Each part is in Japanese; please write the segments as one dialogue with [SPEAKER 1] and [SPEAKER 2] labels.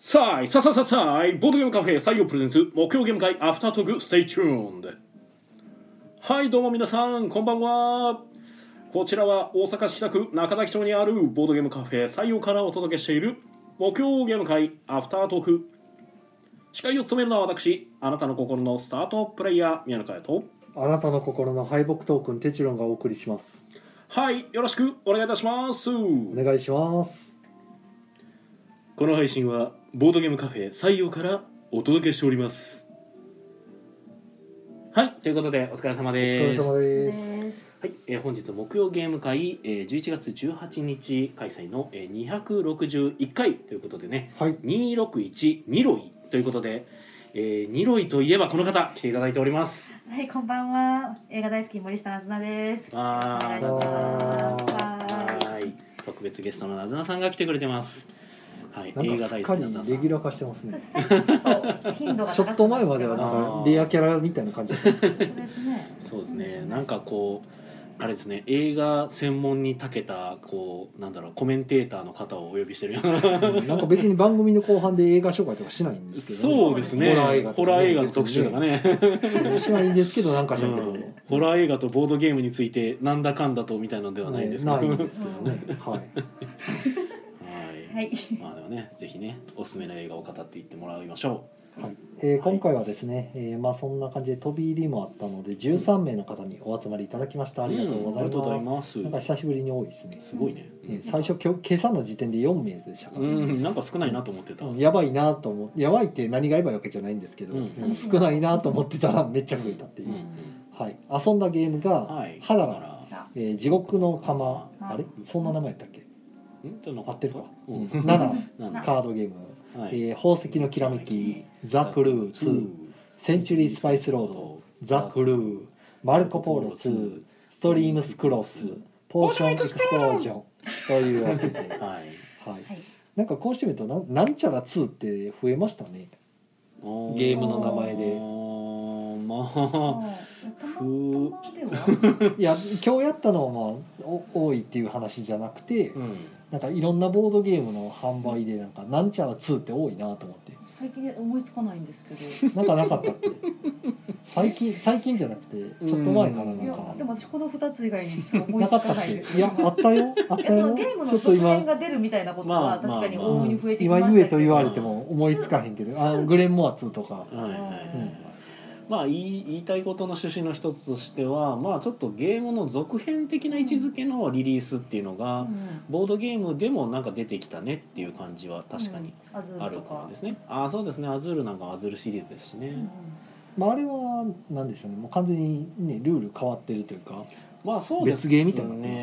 [SPEAKER 1] さあいボードゲームカフェ採用プレゼンツ木曜ゲーム会アフタートークステイチューンで。はい、どうも皆さんこんばんは。こちらは大阪市北区中崎町にあるボードゲームカフェ採用からお届けしている木曜ゲーム会アフタートーク。司会を務めるのは私、あなたの心のスタートプレイヤー宮野佳代と、
[SPEAKER 2] あなたの心の敗北トークンテチロンがお送りします。
[SPEAKER 1] はい、よろしくお願いいたします。
[SPEAKER 2] お願いします。
[SPEAKER 1] この配信はボードゲームカフェ採用からお届けしております。はい、ということでお疲れ様です。
[SPEAKER 2] お疲れ様です。
[SPEAKER 1] はい、本日木曜ゲーム会、11月18日開催の、261回ということでね、
[SPEAKER 2] はい、
[SPEAKER 1] 261ニロイということで、ニロイといえばこの方来ていただいております。
[SPEAKER 3] はい、こんばんは。映画大好き森下なずなです。お願いします。
[SPEAKER 1] はい、特別ゲストのなずなさんが来てくれてます。はい、映画大好きなずなさん。
[SPEAKER 2] レギュラー化してますね。
[SPEAKER 3] 頻度が
[SPEAKER 2] ちょっと前まではなんかレアキャラみたいな感じだったんですけど。
[SPEAKER 1] そうですね。なんかこうあれですね、映画専門に長けたこうなんだろうコメンテーターの方をお呼びしてるような。
[SPEAKER 2] なんか別に番組の後半で映画紹介とかしないんですけど、
[SPEAKER 1] そうですね。ホラー映画の特集とかね。
[SPEAKER 2] しないんですけどなんかしないけど、
[SPEAKER 1] ホラー映画とボードゲームについてなんだかんだとみたいなのではないんですけど。
[SPEAKER 2] ないんですけどね。はい。
[SPEAKER 3] はい。
[SPEAKER 1] まあでもね、ぜひねおすすめの映画を語っていってもらいましょ
[SPEAKER 2] う。はい。今回はですね、まあそんな感じで飛び入りもあったので13名の方にお集まりいただきました。ありがとうございます。なんか久しぶりに多いですね。
[SPEAKER 1] すごいね。
[SPEAKER 2] 最初今朝の時点で4名でしたから、
[SPEAKER 1] なんか少ないなと思ってた。
[SPEAKER 2] やばいなと思って、やばいって何がやばいわけじゃないんですけど、少ないなと思ってたらめっちゃ増えたっていう。はい。遊んだゲームがハダラ、地獄の釜、あれそんな名前やったっけ？合ってるか、7カードゲーム、宝石のきらめき、ザ・クルー2、センチュリー・スパイス・ロード、ザ・クルー、マルコ・ポーロ2、ストリームス・クロス、ポーション・エクスプロージョンというわけで、なんかこうしてみるとなんちゃら2って増えましたね、ゲームの名前で。いや今日やったのはまあ多いっていう話じゃなくて、なんかいろんなボードゲームの販売でなんちゃら2って多いなと思って。
[SPEAKER 3] 最近思いつかないんですけど。
[SPEAKER 2] なんかなかったっけ？最近じゃなくてちょっと前からなんか。
[SPEAKER 3] でも私この2つ以外に思いつかないです。
[SPEAKER 2] いやあったよあったよ。
[SPEAKER 3] ゲームの続編が出るみたいなことは確かに大いに増えてきましたけど。
[SPEAKER 2] 今言えと言われても思いつかへんけど、グレンモア2とか。
[SPEAKER 1] まあ言いたいことの趣旨の一つとしては、まあちょっとゲームの続編的な位置づけのリリースっていうのが、ボードゲームでもなんか出てきたねっていう感じは確かにあるかもですね。そうですね。アズールなんかアズールシリーズですしね。
[SPEAKER 2] まああれはなんでしょうね。もう完全にねルール変わってるというか、
[SPEAKER 1] まあそうですね。
[SPEAKER 2] 別ゲーみたいになってます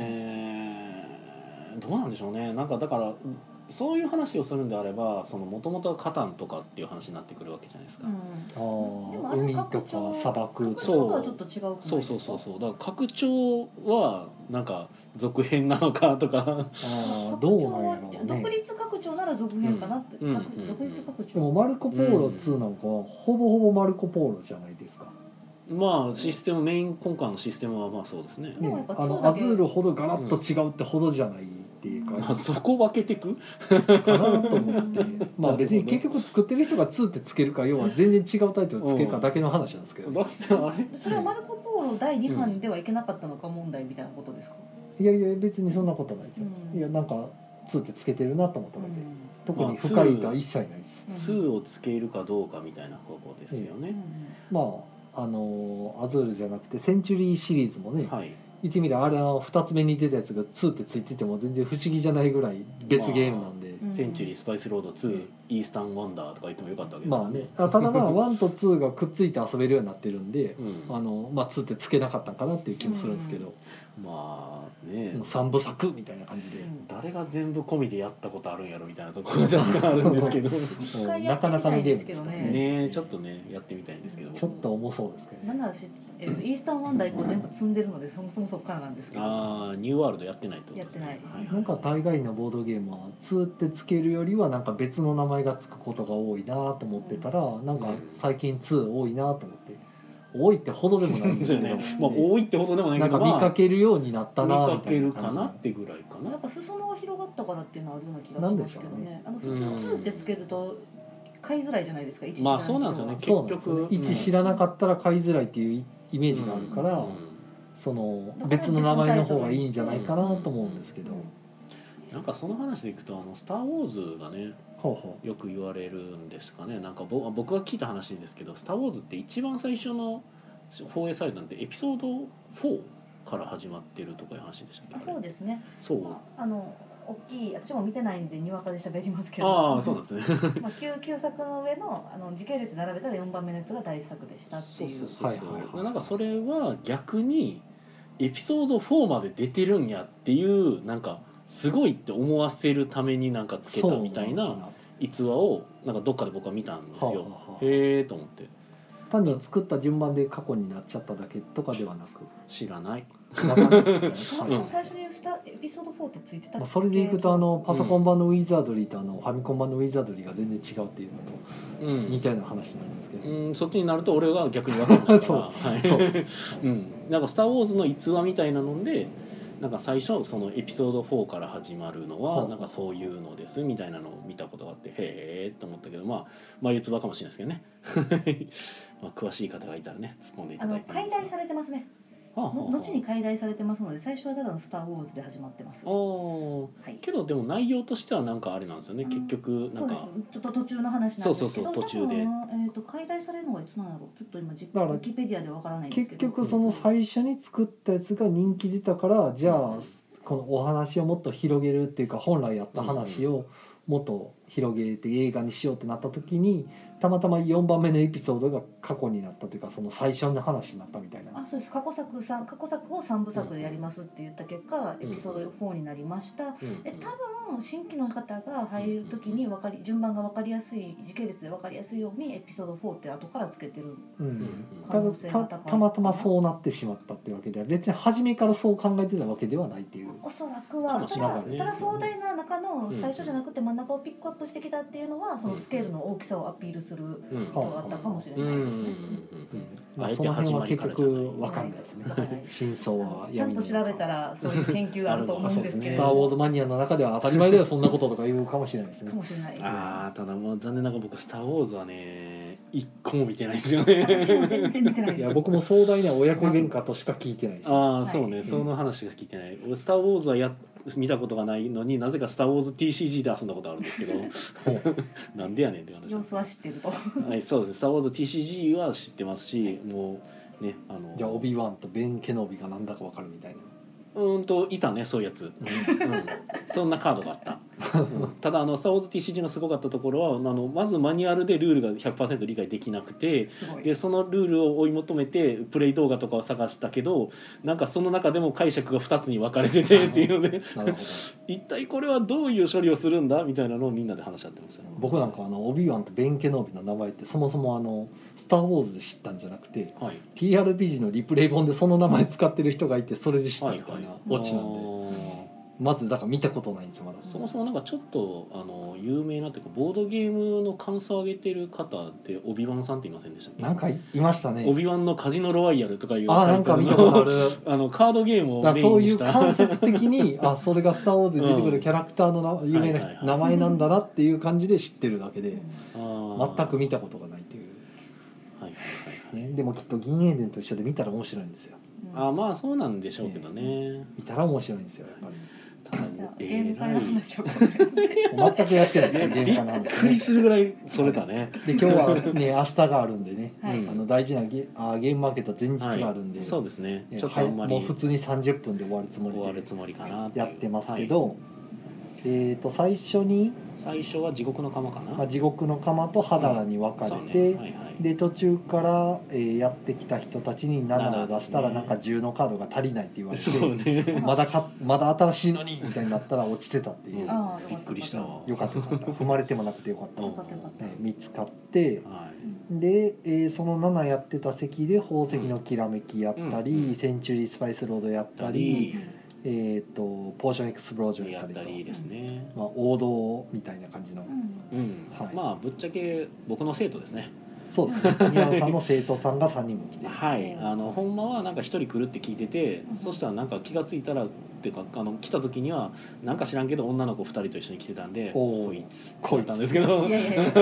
[SPEAKER 2] ね。
[SPEAKER 1] どうなんでしょうね。なんかだから。そういう話をするんであれば、その元々はカタンとかっていう話になってくるわけじゃないですか。
[SPEAKER 2] 海とか砂漠とか
[SPEAKER 3] そうちょっと違う。
[SPEAKER 1] そうだから拡張はなんか続編なのかとか。
[SPEAKER 2] どうなんやろうね。
[SPEAKER 3] 独立拡張なら続編かなって。独立拡張。
[SPEAKER 2] でもマルコポーロ2なんかはほぼほぼマルコポーロじゃないですか。
[SPEAKER 1] まあシステムメイン根幹のシステムはまあそうですね。
[SPEAKER 2] アズールほどガラッと違うってほどじゃないっていうか、
[SPEAKER 1] そこ分けてく
[SPEAKER 2] かなと思ってまあ別に結局作ってる人が2ってつけるか要は全然違うタイトルつけるかだけの話なんですけど、
[SPEAKER 1] だってあれ
[SPEAKER 3] それはマルコ・ポーロ第2版ではいけなかったのか問題みたいなことですか？
[SPEAKER 2] いや別にそんなことないですよ、いやなんか2ってつけてるなと思ったので、特に深いが一切ないです。
[SPEAKER 1] 2をつけるかどうかみたいなことですよね。
[SPEAKER 2] まあアズールじゃなくてセンチュリーシリーズもね、言ってみればあれ2つ目に出たやつが2ってついてても全然不思議じゃないぐらい別ゲームなんで、
[SPEAKER 1] センチュリースパイスロード2、イースタンワンダーとか言ってもよかったわけですよね。
[SPEAKER 2] ただまあ1と2がくっついて遊べるようになってるんで、2ってつけなかったんかなっていう気もするんですけど、
[SPEAKER 1] まあね
[SPEAKER 2] 3部作みたいな感じで、
[SPEAKER 1] 誰が全部込みでやったことあるんやろみたいなところが若干あるんですけど
[SPEAKER 2] なかなかのゲームですから
[SPEAKER 1] ね。ちょっとねやってみたいんですけど、
[SPEAKER 2] ちょっと重そうですけどね。
[SPEAKER 3] イースタンワンダー以降全部積んでるのでそもそもそっからなんですけど、
[SPEAKER 1] ニューワールドやってないってことですね。
[SPEAKER 3] やってない。
[SPEAKER 2] なんか大概のボードゲームは2ってつけるよりはなんか別の名前がつくことが多いなと思ってたら、なんか最近2多いなと思って、多いってほどでもないんですけど、
[SPEAKER 1] まあ多いってほどでもないけど、
[SPEAKER 2] なんか見かけるようになったなみたいな
[SPEAKER 1] 見かけるかなってぐらいかな。
[SPEAKER 3] なんか裾野が広がっったからっていうのはあるような気がしますけどね。普通2ってつけると買いづらいじゃないですか。
[SPEAKER 1] まあそうなんですよね。結局
[SPEAKER 2] 1知らなかったら買いづらいっていうイメージがあるから、その別の名前の方がいいんじゃないかなと思うんですけど。
[SPEAKER 1] なんかその話でいくとスター・ウォーズがねよく言われるんですかね。なんか僕が聞いた話ですけど、スター・ウォーズって一番最初の放映されたのってエピソード4から始まってるとかいう話でしたっけ。
[SPEAKER 3] そうですね。
[SPEAKER 1] そう。
[SPEAKER 3] 大きい、私も見てないんでにわかで喋りますけど。
[SPEAKER 1] ああ、そうなんですね。
[SPEAKER 3] 9作の上の時系列並べたら4番目のやつが大作でしたっていう。
[SPEAKER 1] そう。なんかそれは逆にエピソード4まで出てるんやっていうなんかすごいって思わせるためになんかつけたみたいな逸話をなんかどっかで僕は見たんですよ。へえと思って。
[SPEAKER 2] 単に作った順番で過去になっちゃっただけとかではなく。
[SPEAKER 1] 知らない。
[SPEAKER 3] 最初にエピソード4ってついてた。
[SPEAKER 2] それでいくとパソコン版のウィザードリーとファミコン版のウィザードリーが全然違うっていうのと似たような話なんですけど、
[SPEAKER 1] そっちになると俺が逆に分かんないからなんか「スター・ウォーズ」の逸話みたいなのでなんか最初そのエピソード4から始まるのはなんかそういうのですみたいなのを見たことがあって、へえと思ったけど、まあ四つ葉かもしれないですけどねまあ詳しい方がいたらね突っ込んでいただいて。
[SPEAKER 3] 解体されてますね。後に解体されてますので、最初はただの「スター・ウォーズ」で始まってます。
[SPEAKER 1] けどでも内容としてはなんかあれなんですよね。結局なんか
[SPEAKER 3] ちょっと途中の話なんですけど、
[SPEAKER 1] 途中で
[SPEAKER 3] 解体されるのがいつなんだろう。ちょっと今ウィキペディアでわからないんですけど、
[SPEAKER 2] 結局その最初に作ったやつが人気出たから、じゃあこのお話をもっと広げるっていうか、本来やった話をもっと広げて映画にしようってなった時に、たまたま4番目のエピソードが過去になったというか、その最初の話になったみたいな。
[SPEAKER 3] そうです。過去作を3部作でやりますって言った結果、エピソード4になりました。多分新規の方が入る時に順番が分かりやすい、時系列で分かりやすいようにエピソード4って後からつけてる可能性が高い。
[SPEAKER 2] たまたまそうなってしまったっていうわけでは、別に初めからそう考えてたわけではないっていう。
[SPEAKER 3] おそらくはただ壮大な中の最初じゃなくて真ん中をピックアップしてきたっていうのは、そのスケールの大きさをアピールする意図があったかもしれないですね。
[SPEAKER 2] その辺は結局分かんないですね。真相は
[SPEAKER 3] ちゃんと調べたらそういう研究があると思うんですけど、
[SPEAKER 2] スター・ウォーズマニアの中では当たり前だよそんなこととか言うかもしれないですね。
[SPEAKER 3] かもしれない。
[SPEAKER 1] ただもう残念ながら僕スター・ウォーズはね一個も見てないですよね。
[SPEAKER 3] 私も全然見てないです。
[SPEAKER 2] いや僕も壮大な親子喧嘩としか聞いてないです。
[SPEAKER 1] そうね、その話しか聞いてない。スター・ウォーズは見たことがないのになぜかスター・ウォーズ TCG で遊んだことあるんですけどなんでやねんって話。
[SPEAKER 3] 様子は知ってると。
[SPEAKER 1] そうです。スター・ウォーズ TCG は知ってますし、もうね
[SPEAKER 2] じゃあオビワンとベン・ケノビがなんだかわかるみたいな。
[SPEAKER 1] いたね、そういうやつ、そんなカードがあった、ただスター・ウォーズ TCG のすごかったところはまずマニュアルでルールが 100% 理解できなくて、でそのルールを追い求めてプレイ動画とかを探したけど、なんかその中でも解釈が2つに分かれててっていうので一体これはどういう処理をするんだみたいなのをみんなで話し合ってました。
[SPEAKER 2] 僕なんかオビワンとベン・ケノビの名前ってそもそもスター・ウォーズで知ったんじゃなくて、TRPG のリプレイ本でその名前使ってる人がいて、それで知ったみたいなオチなんで、まずだから見たことないんですよまだ。
[SPEAKER 1] そもそもなんかちょっと有名なというかボードゲームの感想を上げてる方でオビワンさんっていませんでしたっけ？
[SPEAKER 2] なんかいましたね。
[SPEAKER 1] オビワンのカジノロワイヤルとかいう
[SPEAKER 2] なんか見たことある
[SPEAKER 1] カードゲームをメインにした、
[SPEAKER 2] そういう間接的にそれがスター・ウォーズで出てくるキャラクターの有名な名前なんだなっていう感じで知ってるだけで、全く見たことがないっていう、でもきっと銀英伝と一緒で見たら面白いんですよ。
[SPEAKER 1] まあそうなんでしょうけどね、
[SPEAKER 2] 見たら面白いんですよやっぱり。
[SPEAKER 3] ゲーム会の話を
[SPEAKER 2] 全くやってないですねゲーム会の話。
[SPEAKER 1] びっくりするぐらいそれだね。
[SPEAKER 2] で今日はね明日があるんでね、大事なゲームマーケット前日があるんで、
[SPEAKER 1] そうですね。ちょっとあんまり
[SPEAKER 2] もう普通に30分で終わるつもりかなやってますけど、最初
[SPEAKER 1] は地獄の釜かな。
[SPEAKER 2] 地獄の釜とハダラに分かれて、で途中から、やってきた人たちに7を出したらなんか10のカードが足りないって言われて、まだ新しいのにみたいになったら落ちてたっていう。
[SPEAKER 1] びっくりしたわ。
[SPEAKER 2] よかった踏まれてもなくてよかった。見つかって、で、その7やってた席で宝石のきらめきやったり、センチュリースパイスロードやったり、ポーションエクスプロージョンやったりですね。王道みたいな感じの。
[SPEAKER 1] まあぶっちゃけ僕の生徒ですね。
[SPEAKER 2] そうですね。宮野さんの生徒さんが3人も来て、
[SPEAKER 1] ほんまはなんか1人来るって聞いてて、そしたらなんか気がついたらっていうか来た時にはなんか知らんけど女の子2人と一緒に来てたんでこいつだったんですけど
[SPEAKER 3] いや女の子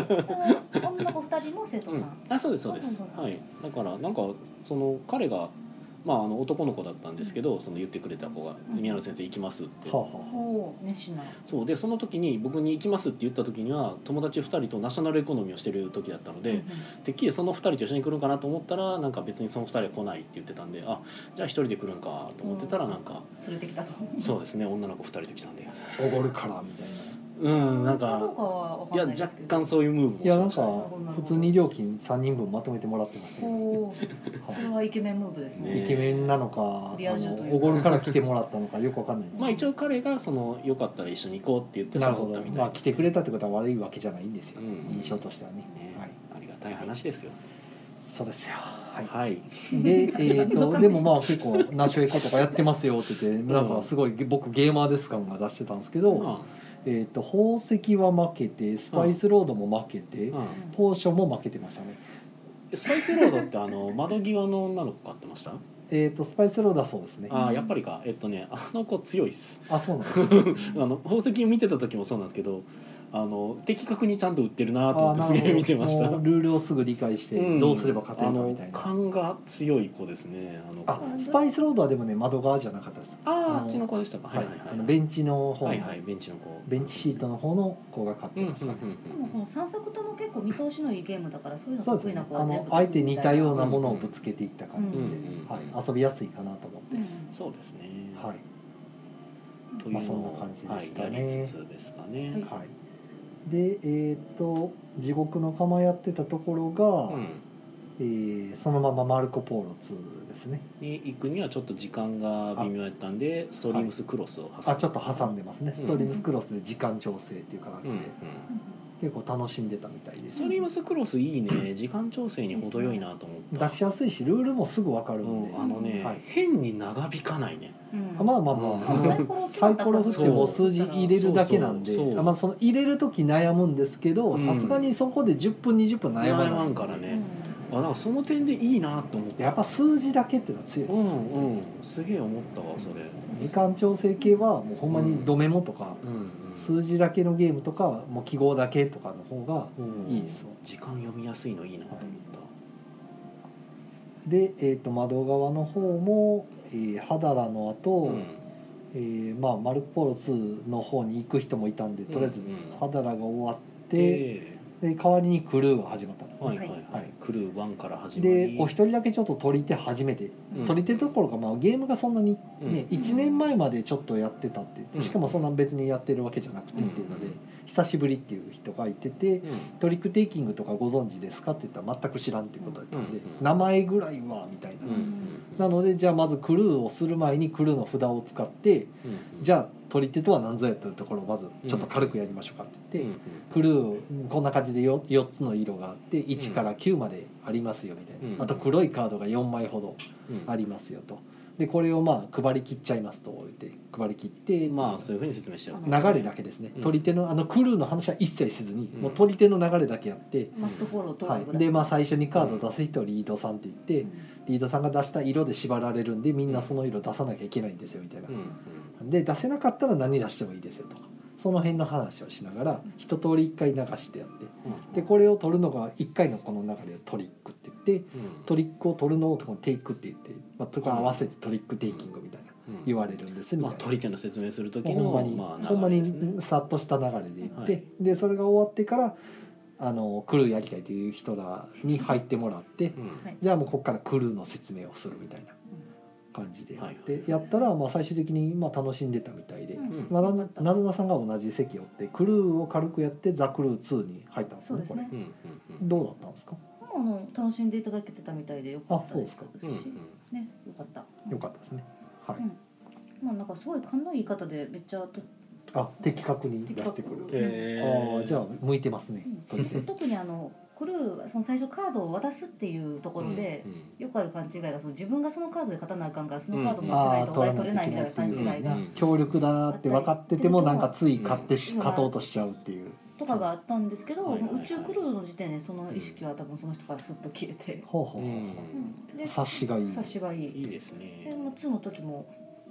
[SPEAKER 3] 2人も生徒さん、
[SPEAKER 1] あそうですそうです、はい、だからなんかその彼がまあ、男の子だったんですけど、その言ってくれた子が「宮野先生行きます」って、そうでその時に僕に「行きます」って言った時には友達2人とナショナルエコノミーをしてる時だったので、てっきりその2人と一緒に来るんかなと思ったらなんか別にその2人は来ないって言ってたんで、あじゃあ1人で来るんかと思ってたらなんか
[SPEAKER 3] 連れてきたぞ。
[SPEAKER 1] そうですね、女の子2人と来たんで
[SPEAKER 2] おごるからみたいな。
[SPEAKER 1] なんかいや若干そういうムーブも
[SPEAKER 2] いやなんか普通に料金3人分まとめてもらってましたけど、
[SPEAKER 3] それはイケメンムーブですね。
[SPEAKER 2] イケメンなのかおごるから来てもらったのかよくわかんないです。
[SPEAKER 1] まあ一応彼がそのよかったら一緒に行こうって言って誘ったみたいな。
[SPEAKER 2] まあ来てくれたってことは悪いわけじゃないんですよ、印象としてはね。
[SPEAKER 1] はい、ありがたい話ですよ。
[SPEAKER 2] そうですよ。
[SPEAKER 1] はい。
[SPEAKER 2] ででもまあ結構ナショエコとかやってますよって言ってなんかすごい僕ゲーマーです感が出してたんですけど。宝石は負けてスパイスロードも負けて、ポーションも負けてましたね。
[SPEAKER 1] スパイスロードって窓際の女の子買ってました？
[SPEAKER 2] スパイスロードはそうですね。
[SPEAKER 1] あやっぱりか。あの子強いっす。
[SPEAKER 2] あそうなんです、
[SPEAKER 1] 宝石見てた時もそうなんですけど的確にちゃんと売ってるなと思ってすげえ見てました。
[SPEAKER 2] ルールをすぐ理解してどうすれば勝てるかみたいな、
[SPEAKER 1] 勘が強い子ですね。
[SPEAKER 2] スパイスロードはでもね窓側じゃなかったです。
[SPEAKER 1] あっちの子でしたか。はいはいはい。
[SPEAKER 2] ベンチの方の、
[SPEAKER 1] ベンチの子、
[SPEAKER 2] ベンチシートの方の子が勝ってました。
[SPEAKER 3] でもこの3作とも結構見通しのいいゲームだからそういうの得意な子は全部
[SPEAKER 2] あえて似たようなものをぶつけていった感じで、遊びやすいかなと思って、
[SPEAKER 1] そうですね。
[SPEAKER 2] はい。
[SPEAKER 1] というのを
[SPEAKER 2] そんな感じでしたね。
[SPEAKER 1] やりつつですかね。
[SPEAKER 2] はい。で地獄の釜やってたところが、そのままマルコ・ポーロ2ですね
[SPEAKER 1] に行くにはちょっと時間が微妙やったんでストリームスクロスを挟んで、
[SPEAKER 2] ちょっと挟んでますね。ストリームスクロスで時間調整っていう形で、結構楽しんでたみたいです。
[SPEAKER 1] ストリームスクロスいいね。時間調整に程よいなと思った。
[SPEAKER 2] 出しやすいしルールもすぐ分かるんで、
[SPEAKER 1] 変に長引かないね。
[SPEAKER 2] まあサイコロ振っても数字入れるだけなんで、その入れる時悩むんですけど、さすがにそこで10分20分悩まない
[SPEAKER 1] からね。なんかその点でいいなと思って。
[SPEAKER 2] やっぱ数字だけっていうのは強いですね。
[SPEAKER 1] すげえ思ったわそれ。
[SPEAKER 2] 時間調整系はもうほんまにドメモとか、数字だけのゲームとかもう記号だけとかの方がいいですよ。
[SPEAKER 1] 時間読みやすいのいいなと思った。
[SPEAKER 2] で、窓側の方も、ハダラの後、マルコ・ポーロ2の方に行く人もいたんで、とりあえずハダラが終わって、で代わりにクルーが始まったんですね。
[SPEAKER 1] クルー1から始まり
[SPEAKER 2] でお一人だけちょっと取り手初めて、取り手どころか、ゲームがそんなに、1年前までちょっとやってたって言って、しかもそんな別にやってるわけじゃなくてっていうので、久しぶりっていう人がいてて、トリックテイキングとかご存知ですかって言ったら全く知らんっていうことだったんで、名前ぐらいはみたいな、なのでじゃあまずクルーをする前にクルーの札を使って、じゃあ取り手とは何ぞやというところをまずちょっと軽くやりましょうかって言って、クルーこんな感じで 4つの色があって1から9までありますよみたいな、あと黒いカードが4枚ほどありますよと。でこれを配り切っちゃいますと言って配り切って、
[SPEAKER 1] そういうふうに説明してる、
[SPEAKER 2] 流れだけですね。取り手のクルーの話は一切せずに、もう取り手の流れだけやって、
[SPEAKER 3] マストフォローと
[SPEAKER 2] で最初にカードを出す人をリードさんって言って、リードさんが出した色で縛られるんでみんなその色出さなきゃいけないんですよみたいな、で出せなかったら何出してもいいですよとか、その辺の話をしながら一通り1回流してやって、でこれを取るのが1回のこの流れをトリックって言って、トリックを取るのをテイクって言って、そこ合わせてトリックテイキングみたいな言われるんですみたいな、
[SPEAKER 1] 取り手の説明する時の
[SPEAKER 2] ほんまにさっとした流れで言って、でそれが終わってからクルーやりたいという人らに入ってもらって、じゃあもうここからクルーの説明をするみたいな感じでやって、やったら最終的に楽しんでたみたいで、なずなさんが同じ席を追ってクルーを軽くやってザ・クルー2に入ったんですね。これどうだったんですか？
[SPEAKER 3] 楽しんでいただけてたみたいでよかったですし、ね、よかった。
[SPEAKER 2] よかったですね。はい。
[SPEAKER 3] なんかすごい勘のいい方でめっちゃ
[SPEAKER 2] 的確に出してくる。じゃあ向いてますね。
[SPEAKER 3] 特にクルーその最初カードを渡すっていうところで、よくある勘違いが自分がそのカードで勝たなあかんからそのカード持ってないとお題取れないみたいな勘違いが、
[SPEAKER 2] 強力だって分かっててもなんかつい勝とうとしちゃうっていう
[SPEAKER 3] とかがあったんですけど、宇宙クルーの時点でその意識は多分その人からスッと消えて、
[SPEAKER 2] 察しがいい。
[SPEAKER 3] 察しがいい。
[SPEAKER 1] いいですね。
[SPEAKER 3] で2の時もす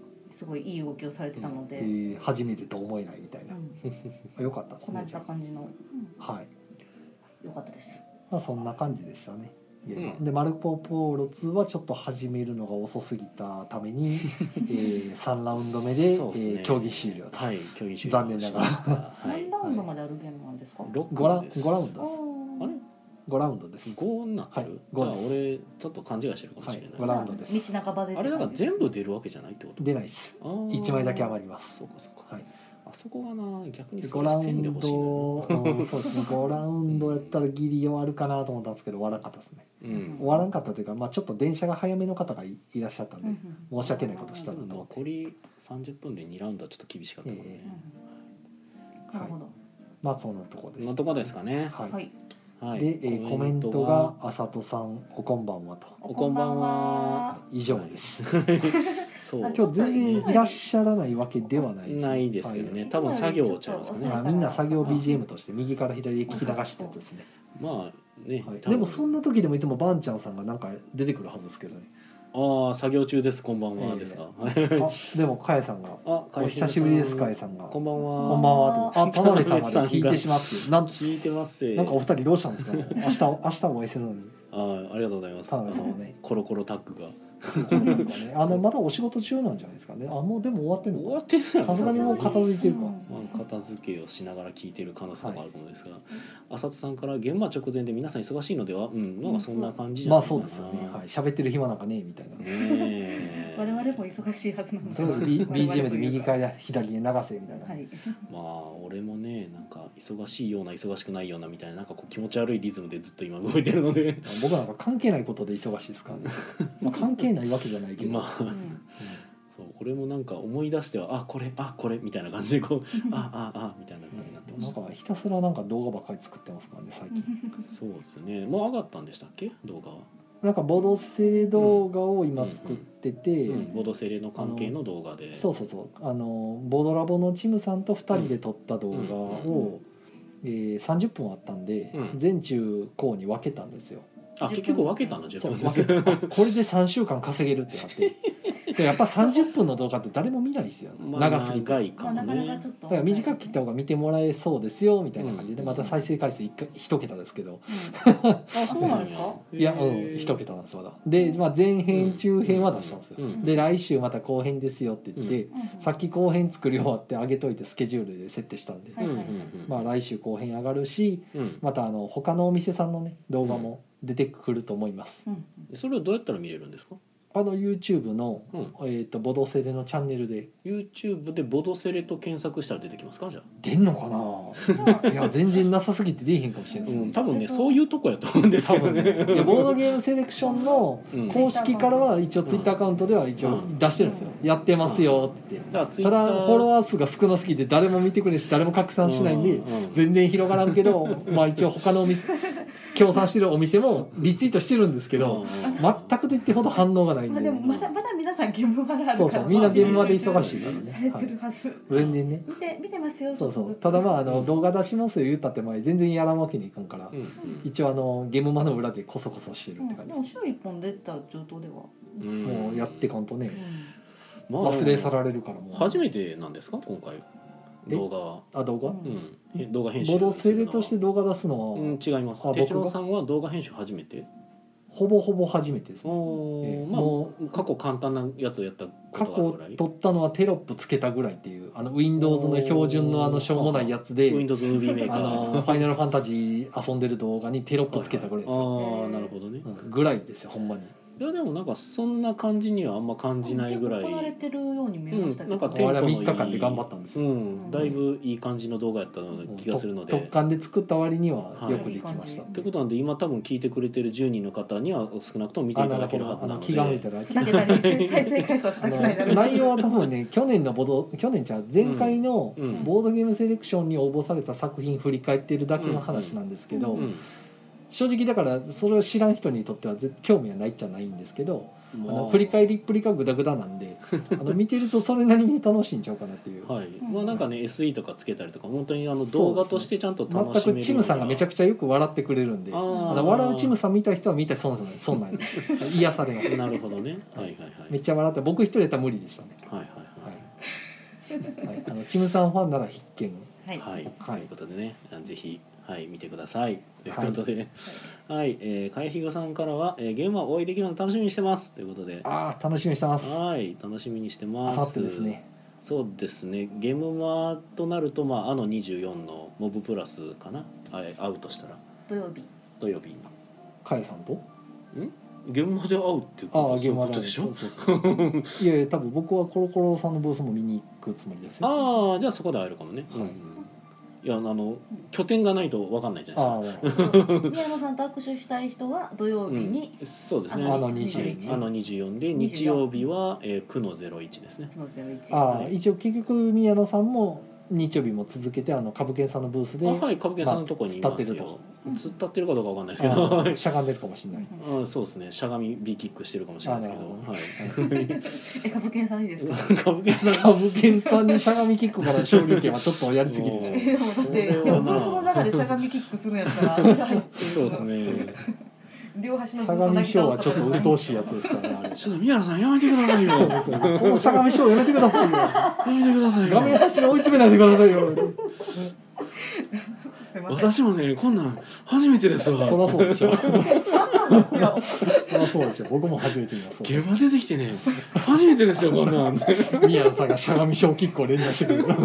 [SPEAKER 3] すごいいい動きをされてたので、
[SPEAKER 2] 初めてと思えないみたいな、よかったですね。
[SPEAKER 3] こなった感じの、
[SPEAKER 2] はい、
[SPEAKER 3] よかったです。
[SPEAKER 2] まあそんな感じでしたね。でマルコ・ポーロ2はちょっと始めるのが遅すぎたために、3ラウンド目で、競技終了と、はい、競技終了残念ながら
[SPEAKER 3] 何ラウンドまであるゲームなんですか
[SPEAKER 2] ？5ラウンドです。あれ5ラウンドです。
[SPEAKER 1] 5になってる？じゃあ俺ちょっと勘違いしてるかもしれない。
[SPEAKER 2] 5ラウンドです。
[SPEAKER 3] 道半ばで
[SPEAKER 1] あれだから全部出るわけじゃないってこと？
[SPEAKER 2] 出ないです。1枚だけ余ります。
[SPEAKER 1] そうかそうか。あそこはな逆に
[SPEAKER 2] 5ラウンド、そうですね。5ラウンドやったらギリ終わるかなと思ったんですけど終わらなかったですね。終わらなかったというか、まあちょっと電車が早めの方がいらっしゃったんで、申し訳ないことしたなと思って。
[SPEAKER 1] 残り30分で2ラウンドはちょっと厳しかったかもね。
[SPEAKER 3] なるほど。
[SPEAKER 2] まあそんなとこです。
[SPEAKER 1] そんなとこですかね。
[SPEAKER 2] はい。で、コメントがあさとさんおこんばんはと。
[SPEAKER 1] おこんばんは。
[SPEAKER 2] 以上です。
[SPEAKER 1] そう。
[SPEAKER 2] 今日全然いらっしゃらないわけではないです。
[SPEAKER 1] ないですけどね。多分作業ちゃいますかね。
[SPEAKER 2] みんな作業 BGM として右から左へ聞き流してやつですね。
[SPEAKER 1] まあね。
[SPEAKER 2] でもそんな時でもいつもバンちゃんさんがなんか出てくるはずですけどね。
[SPEAKER 1] ああ作業中ですこんばんはですか。
[SPEAKER 2] でもかえさんがお久しぶりですかえさんが
[SPEAKER 1] こんばんは
[SPEAKER 2] こんばんは田辺さんまで聞いてしまって
[SPEAKER 1] 聞いてます。
[SPEAKER 2] なんかお二人どうしたんですか。明日お会いするのに。
[SPEAKER 1] ありがとうございます。
[SPEAKER 2] 田辺さんはね
[SPEAKER 1] コロコロタッグが。
[SPEAKER 2] まだお仕事中なんじゃないですかね。もうでも終わってんの。
[SPEAKER 1] 終わってる。
[SPEAKER 2] さすがにもう片付いてるか。
[SPEAKER 1] 片付けをしながら聞いてる可能性があるものですが、あさとさんから現場直前で皆さん忙しいのでは、なんかそんな感じじゃないかな。
[SPEAKER 2] まあそうですよね。はい、喋ってる暇なんかねえみたいな。
[SPEAKER 3] 我々も忙しいはずなので。
[SPEAKER 2] BGM で右から左に流せみたいな。
[SPEAKER 1] まあ俺もねなんか忙しいような忙しくないようなみたいななんかこう気持ち悪いリズムでずっと今動いてるので、
[SPEAKER 2] 僕なんか関係ないことで忙しいですからね。まあ関係ないわけじゃないけど。
[SPEAKER 1] まあ。そう俺もなんか思い出してはこれみたいな感じでこうみたいな感じになってました。
[SPEAKER 2] なんかひたすらなんか動画ばっかり作ってますからね最近。
[SPEAKER 1] そうですね。もう上がったんでしたっけ動画は。
[SPEAKER 2] なんかボドセレ動画を今作ってて、
[SPEAKER 1] ボドセレの関係の動画で、
[SPEAKER 2] そうボドラボのチムさんと2人で撮った動画を、30分あったんで、前中後に分けたんですよ。
[SPEAKER 1] 結局分けたの10分です。
[SPEAKER 2] これで3週間稼げるってなって。やっぱ30分の動画って誰も見ないですよ、長すぎて。
[SPEAKER 1] 長いかもね。
[SPEAKER 2] だから短く切った方が見てもらえそうですよみたいな感じで、また再生回数1桁ですけど。
[SPEAKER 3] そうなんですか。
[SPEAKER 2] いや1桁なんですまだ。で、前編中編は出したんですよ。で来週また後編ですよって言って、さっき後編作り終わって上げといてスケジュールで設定したんで、来週後編上がるし、また他のお店さんのね動画も出てくると思います。
[SPEAKER 1] それはどうやったら見れるんですか。
[SPEAKER 2] YouTube の、ボドセレのチャンネルで
[SPEAKER 1] YouTube でボドセレと検索したら出てきますか。じゃあ
[SPEAKER 2] 出んのかな。いや全然なさすぎて出えへんかもしれない、
[SPEAKER 1] 多分ねそういうとこやと思うんですけどね。
[SPEAKER 2] いやボードゲームセレクションの公式からは一応 Twitter アカウントでは一応出してるんですよ、やってますよって。ただフォロワー数が少なすぎて誰も見てくれし誰も拡散しないんで全然広がらんけど、一応他のお店協賛してるお店もリツイートしてるんですけど、全くと言ってほど反応がないんで。
[SPEAKER 3] でもまだ皆さん現場まであるから。
[SPEAKER 2] みんな現場で忙しいからね。
[SPEAKER 3] されてるはず。
[SPEAKER 2] 全然ね。
[SPEAKER 3] 見てますよ。
[SPEAKER 2] ただ動画出しますよ言ったって全然やらんわけにいかんから、一応ゲームマの裏でコソコソしてるって感じ。
[SPEAKER 3] でも週1本出たら上等では。
[SPEAKER 2] もうやってかんとね。忘れ去られるからもう。
[SPEAKER 1] 初めてなんですか今回。動画は。
[SPEAKER 2] 動画？
[SPEAKER 1] 動画編集。
[SPEAKER 2] ボドセレとして動画出すのは。
[SPEAKER 1] 違います。哲郎さんは動画編集初めて。
[SPEAKER 2] ほぼ初めてですね。
[SPEAKER 1] もう過去簡単なやつをやったことがぐらい。
[SPEAKER 2] 過去撮ったのはテロップつけたぐらいっていうWindows の標準のしょうもないやつで
[SPEAKER 1] Windows ムービーメーカー
[SPEAKER 2] ファイナルファンタジー遊んでる動画にテロップつけたぐらいです
[SPEAKER 1] よ。なるほどね。
[SPEAKER 2] ぐらいですよほんまに。
[SPEAKER 1] いやでもなんかそんな感じにはあんま感じないぐらい。
[SPEAKER 3] 行われてるように見えましたけど。
[SPEAKER 2] なんかテンポのいい。3日間で頑張ったんですよ。
[SPEAKER 1] だいぶいい感じの動画やったような気がするので。
[SPEAKER 2] 特感で作った割にはよくできました。
[SPEAKER 1] ということなんで今多分聞いてくれてる10人の方には少なくとも見ていただけるはずなので。
[SPEAKER 2] 気が向いたら。
[SPEAKER 3] 再生回数
[SPEAKER 2] 内容は多分ね前回のボードゲームセレクションに応募された作品振り返ってるだけの話なんですけど。正直だからそれを知らん人にとっては興味はないっちゃないんですけど、振り返りっぷりがグダグダなんで見てるとそれなりに楽しいんちゃうかなっていう。
[SPEAKER 1] はい。なんかね SE とかつけたりとか本当に動画としてちゃんと楽しめる。
[SPEAKER 2] 全くチムさんがめちゃくちゃよく笑ってくれるんで、笑うチムさん見た人は見て損なんです。癒されます。
[SPEAKER 1] なるほどね。はい。
[SPEAKER 2] めっちゃ笑って僕一人やったら無理でしたね。
[SPEAKER 1] はい。
[SPEAKER 2] はい、シムさんファンなら必見。
[SPEAKER 3] はい、
[SPEAKER 1] はい、ということでね、ぜひ、はい、見てくださいということで、はい、かやひがさんからは、ゲームはお会いできるの楽しみにしてますということで、
[SPEAKER 2] ああ楽しみにしてます。
[SPEAKER 1] はい、楽しみにしてます。
[SPEAKER 2] あさってですね。
[SPEAKER 1] そうですね、ゲームマとなると、まあ、24のモブプラスかな、会うとしたら
[SPEAKER 3] 土曜日
[SPEAKER 2] にかやさんと
[SPEAKER 1] ゲームマで会うっていうことでしょ。
[SPEAKER 2] いやいや多分僕はコロコロさんのブースも見に行くつもりですよ。
[SPEAKER 1] ああじゃあそこで会えるかもね、いや拠点がないと分かんないじゃないですか。
[SPEAKER 3] 宮野さんと握手したい人は土曜日に、
[SPEAKER 1] そうですね、24で日曜日は区の01ですね。
[SPEAKER 2] 一応結局宮野さんも日曜日も続けて株券さんのブースで、
[SPEAKER 1] はい、株券さんのところにいますよ。突っ立ってるかどうかわかんないですけど、
[SPEAKER 2] しゃがんでるかもしれない。
[SPEAKER 1] そうですね、しゃがみ B キックしてるかもしれないですけど、はい。
[SPEAKER 3] 株券さんいいですか？
[SPEAKER 1] 株券
[SPEAKER 2] さんにしゃがみキックから勝利権はちょっとやりすぎるでしょ。
[SPEAKER 3] だってブースの中でしゃがみキックするんやったら
[SPEAKER 1] そうですね。
[SPEAKER 3] 両端の
[SPEAKER 2] しゃがみショーはちょっと鬱陶しいやつですからね。
[SPEAKER 1] ちょっと宮野さんやめてくださいよ。
[SPEAKER 2] このしゃがみショーやめてくださいよ。
[SPEAKER 1] やめてくださいよ。
[SPEAKER 2] 画面端に追い詰めないでくださいよ。
[SPEAKER 1] 私もねこんなん初めてですわ。
[SPEAKER 2] そりゃそうでしょ。そりゃそうでしょ。僕も初めて見ます。
[SPEAKER 1] 現場出てきてね初めてですよこんなん。
[SPEAKER 2] 宮野さんがしゃがみショーキックを連打してくる。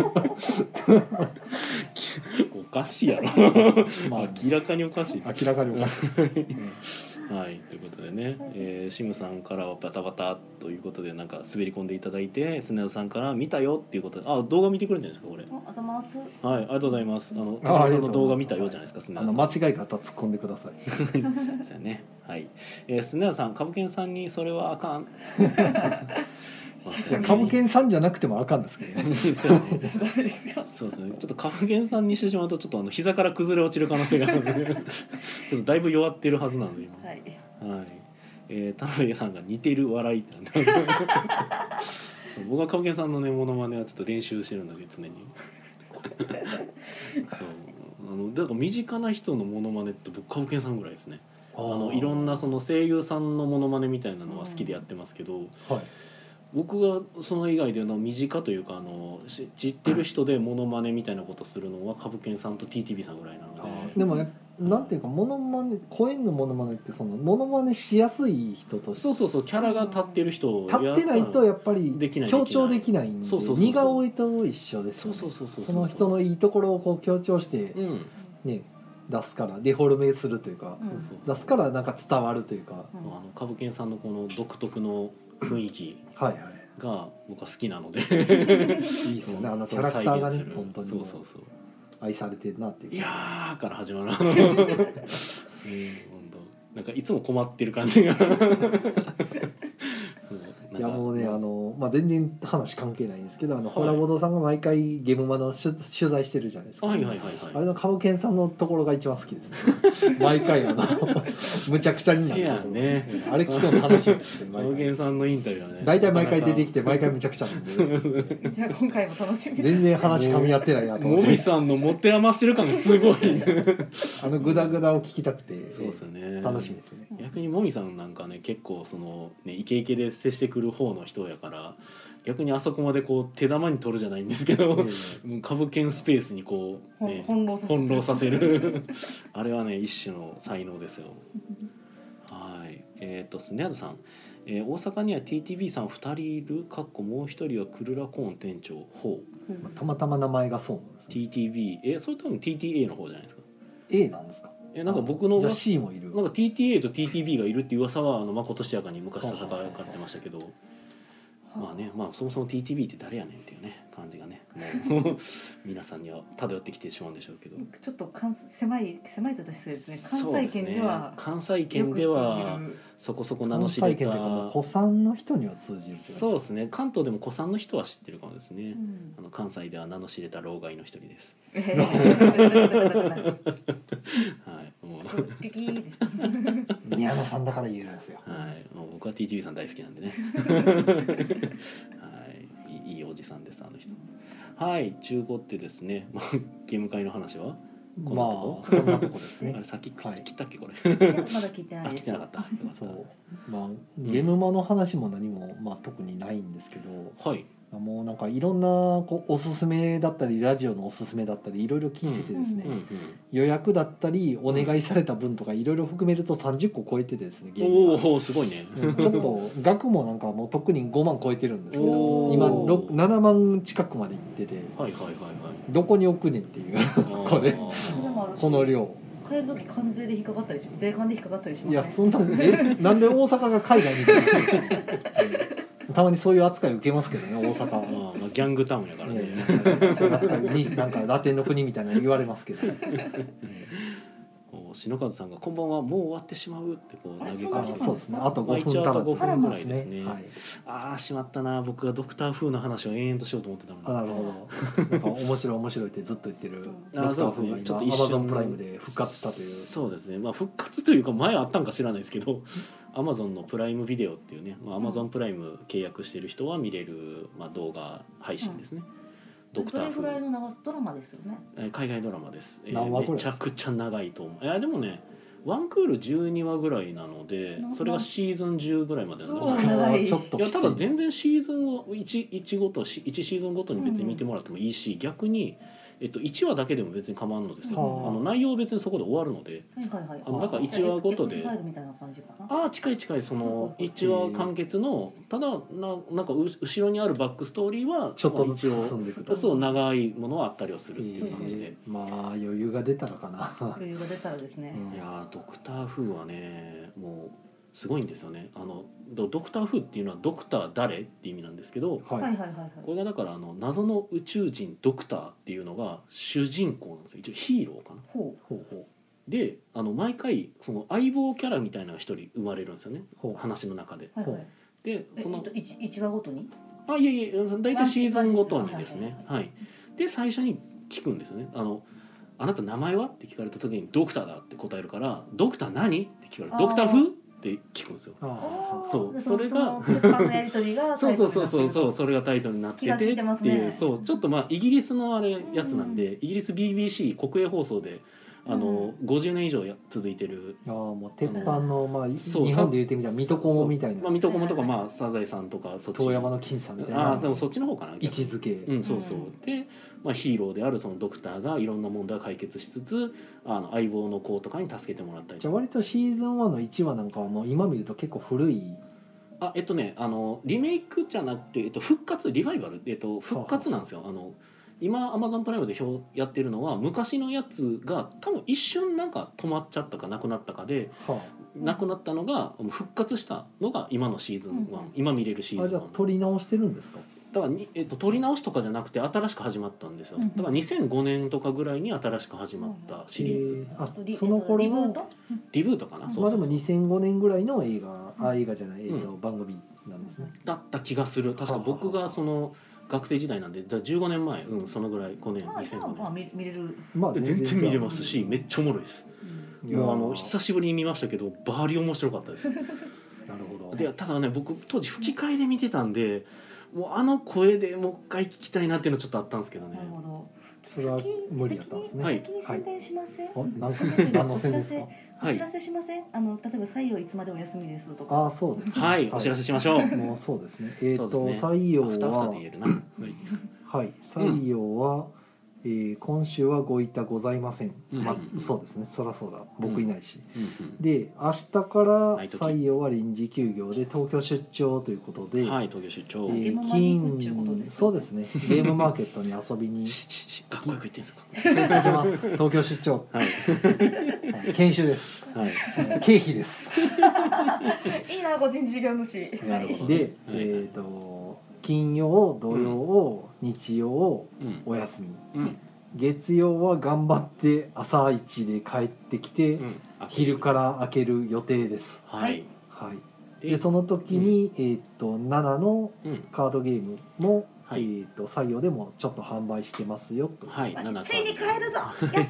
[SPEAKER 1] おかしいやろ。明らかにおかしい。
[SPEAKER 2] 明らかにおかしい。
[SPEAKER 1] はい、ということでね、シムさんからはバタバタということでなんか滑り込んでいただいて、スネ夫さんから見たよっていうことで、動画見てくれるんじゃないですかこれ。はい、ありがとうございます。田島さんの動画見たよじゃないですか、スネ夫さん。
[SPEAKER 2] 間違い方突っ込んでください。
[SPEAKER 1] じゃあね、はい、スネ夫さん、株券さんにそれはあかん。
[SPEAKER 2] 株券さんじゃなくてもあかんですけどね。
[SPEAKER 1] そうですね。ちょっと株券さんにしてしまうとちょっと膝から崩れ落ちる可能性があるので、ちょっとだいぶ弱ってるはずなので今。はい。田辺さんが似てる笑いってなってます。そう、僕は株券さんのねモノマネはちょっと練習してるので常に。そうだから身近な人のモノマネって僕株券さんぐらいですね。いろんなその声優さんのモノマネみたいなのは好きでやってますけど。はい。僕がその以外での身近というか知ってる人でモノマネみたいなことするのは株券さんと TTB さんぐらいなので。
[SPEAKER 2] でもね、なんていうかモノマネ、声のモノマネってそのモノマネしやすい人として、
[SPEAKER 1] そうキャラが立ってる人
[SPEAKER 2] 立ってないとやっぱり強調できないんで、似顔絵と一緒ですよね。その人のいいところをこう強調してね出すから、デフォルメするというか、出すからなんか伝わるというか、
[SPEAKER 1] 株券さんのこの独特の雰囲気が僕は好きなので、いい
[SPEAKER 2] ですよね。キャラクターがね本当にそう愛されてるなっていう。
[SPEAKER 1] いやーから始まる本当なんかいつも困ってる感じが。
[SPEAKER 2] いやもうね全然話関係ないんですけどホラボドさんが毎回ゲームマの取材してるじゃないですか。あれの株券さんのところが一番好きですね。毎回むちゃくちゃになる、ね、あれ聞くの楽しいですね。
[SPEAKER 1] 株券さんのインタビューはね
[SPEAKER 2] 大体毎回出てきて毎回むちゃくちゃなんで
[SPEAKER 3] じゃあ今回も楽しみ。
[SPEAKER 2] 全然話噛み合ってないなと思って。
[SPEAKER 1] もみさんの持って余してる感がすごい、ね、
[SPEAKER 2] グダグダを聞きたくて
[SPEAKER 1] そうですよね。
[SPEAKER 2] 楽しみですね。
[SPEAKER 1] 逆にもみさんなんかね結構イケイケで接してくる方の人やから逆にあそこまでこう手玉に取るじゃないんですけど、株券スペースにこう、ね、翻弄させるあれはね一種の才能ですよ。はい。スネアズさん、大阪には TTB さん2人いるかっこもう一人はクルラコーン店長ほ
[SPEAKER 2] う、たまたま名前がそうなんです、
[SPEAKER 1] ね、TTB それ多分 TTA の方じゃないですか。
[SPEAKER 2] A なんですか。
[SPEAKER 1] なんか僕の
[SPEAKER 2] じゃあ C もいる。
[SPEAKER 1] なんか TTA と TTB がいるっていう噂はまことしやかに昔ささかれてましたけど、まあね、そもそも TTB って誰やねんっていうね感じがねもう皆さんには漂ってきてしまうんでしょうけど、
[SPEAKER 3] ちょっと狭いとしてですね。関西圏では
[SPEAKER 1] そこそこ名の知れた
[SPEAKER 2] 古参の人には通じる。
[SPEAKER 1] そうですね。関東でも古参の人は知ってるかもですね、関西では名の知れた老害の一人です。はい、も
[SPEAKER 2] う宮野さんだから言えるんですよ。
[SPEAKER 1] はい、もう僕は TTB さん大好きなんでね。はい、いいおじさんですあの人。はい、中古ってですね、ゲーム会の話はこんなとこですね。あれさっき切ったっけこれ。
[SPEAKER 3] まだ切ってないです。
[SPEAKER 1] 切ってなかった。
[SPEAKER 2] そう、ゲームマの話も何も特にないんですけど、
[SPEAKER 1] はい。
[SPEAKER 2] もうなんかいろんなこうおすすめだったりラジオのおすすめだったりいろいろ聞いててですね、予約だったりお願いされた分とかいろいろ含めると30個超えててですね、ゲームが
[SPEAKER 1] おおすごいね。
[SPEAKER 2] ちょっと額もなんかもうとっくに5万超えてるんですけど、今7万近くまでいってて、
[SPEAKER 1] はいはいはいはい。
[SPEAKER 2] どこに置くねんっていうこれこの量。
[SPEAKER 3] 帰る時関税で引っかかったり税関で引っかかったりしますね。
[SPEAKER 2] いやそんななんで大阪が海外みたいなたまにそういう扱い受けますけどね、大阪は。
[SPEAKER 1] まあギャングタウンやからね。
[SPEAKER 2] そういう扱いになんかラテンの国みたいなの言われますけど。
[SPEAKER 1] 篠和さんがこんばんはもう終わってしまうってこう投げかけて、
[SPEAKER 2] そうですね。あと5分
[SPEAKER 1] 一応あと
[SPEAKER 2] 足らず
[SPEAKER 1] 5分ぐらいですね。
[SPEAKER 2] はい、
[SPEAKER 1] ああしまったな、僕がドクター風の話を延々としようと思ってたのに。
[SPEAKER 2] なるほど。なんか面白いってずっと言ってるドクター風が今 Amazon プライムで復活したという。
[SPEAKER 1] そうですね。まあ復活というか前あったんか知らないですけど、Amazon のプライムビデオっていうね、まあ、Amazon プライム契約してる人は見れる、まあ、動画配信ですね。
[SPEAKER 3] ドクター風。どれぐらいの長ドラマですよね。
[SPEAKER 1] 海外ドラマです。
[SPEAKER 2] 何話ぐらい
[SPEAKER 1] めちゃくちゃ長いと思う。いやでもね。ワンクール12話ぐらいなので、それがシーズン10ぐらいまでなので、
[SPEAKER 2] ちょっと
[SPEAKER 1] いやただ全然シーズンを1ごと1シーズンごとに別に見てもらってもいいし、逆に1話だけでも別に構わんのですよ。内容別にそこで終わるので、だから1話ごとで、近いその1話完結の、ただなんか後ろにあるバックストーリーは
[SPEAKER 2] ちょっとずつ進んでいくと、
[SPEAKER 1] そう長いものはあったりはするっていう感じで、
[SPEAKER 2] まあ余裕が出たらかな。
[SPEAKER 3] 余裕が出たらですね。
[SPEAKER 1] いやドクター風はねもうすごいんですよね。ドクター風っていうのはドクター誰って意味なんですけど、これがだから謎の宇宙人ドクターっていうのが主人公なんですよ。一応ヒーローかな。で毎回その相棒キャラみたいなのが一人生まれるんですよね、話の中で。でその
[SPEAKER 3] 1話ごとに、
[SPEAKER 1] いえ大体シーズンごとにですね。はい。で最初に聞くんですよね。あなた名前はって聞かれた時にドクターだって答えるから、ドクター何って聞かれる、ドクター風って聞くんですよ。そうそれがそうそれがタイトルになっててっていう、そうちょっとまあイギリスのあれやつなんで、イギリス BBC 国営放送で50年以上続いてる、
[SPEAKER 2] もう鉄板の、まあ、日本で言ってみたら水戸黄門みたいな、
[SPEAKER 1] 水戸黄門とか、まあ、サザエさんとかそっち
[SPEAKER 2] 遠山の金さんみたいな、
[SPEAKER 1] でもそっちの方かな、
[SPEAKER 2] 位置づけ、
[SPEAKER 1] そうで、まあ、ヒーローであるそのドクターがいろんな問題を解決しつつ相棒の子とかに助けてもらったり。
[SPEAKER 2] じゃあ割とシーズン1の1話なんかはもう今見ると結構古い。
[SPEAKER 1] リメイクじゃなくて、復活リバイバル、復活なんですよ。今 Amazon プライムでやってるのは昔のやつが多分一瞬なんか止まっちゃったかなくなったかで、なくなったのが復活したのが今のシーズン1、今見れるシーズン1。
[SPEAKER 2] じゃあ撮り直してるんですか。
[SPEAKER 1] だから撮り直しとかじゃなくて新しく始まったんですよ。だから2005年とかぐらいに新しく始まったシリーズ。
[SPEAKER 2] その頃の
[SPEAKER 1] リブートかな。
[SPEAKER 2] まあでも2005年ぐらいの映画じゃない、番組なんですね。
[SPEAKER 1] だった気がする。確か僕がその学生時代なんで15年前、そのぐらい5年2005年
[SPEAKER 3] 見れる、
[SPEAKER 1] 全然見れますし、めっちゃおもろいです。もう久しぶりに見ましたけどバリ面白かったです。なるほど。でただね、僕当時吹き替えで見てたんで、もう声でもう一回聞きたいなっていうのはちょっとあったんですけどね。
[SPEAKER 3] なるほど。
[SPEAKER 2] それは無理だったんですね。
[SPEAKER 3] 先に宣伝しませ
[SPEAKER 2] ん。何の宣伝ですか。
[SPEAKER 3] お知らせしません。例えば採用いつまでお休みですとか。
[SPEAKER 2] そうです。
[SPEAKER 1] はい、お知らせしましょう。
[SPEAKER 2] もうそうですね。採用は採用は今週はご委託ございません。まあそうですね。そらそうだ。僕いないし。で明日から採用は臨時休業で東京出張ということで、
[SPEAKER 1] はい、東京出張。
[SPEAKER 2] そうですね。ゲームマーケットに遊びに
[SPEAKER 1] 学校行くってんですか。
[SPEAKER 2] 行きます。東京出張。研修です。経費です。
[SPEAKER 3] いいな、個人事業主。
[SPEAKER 2] で金曜土曜日曜お休み、月曜は頑張って朝一で帰ってきて、昼から開ける予定です。でその時に7のカードゲームも採用でもちょっと販売してますよと。
[SPEAKER 3] ついに買えるぞ。やった。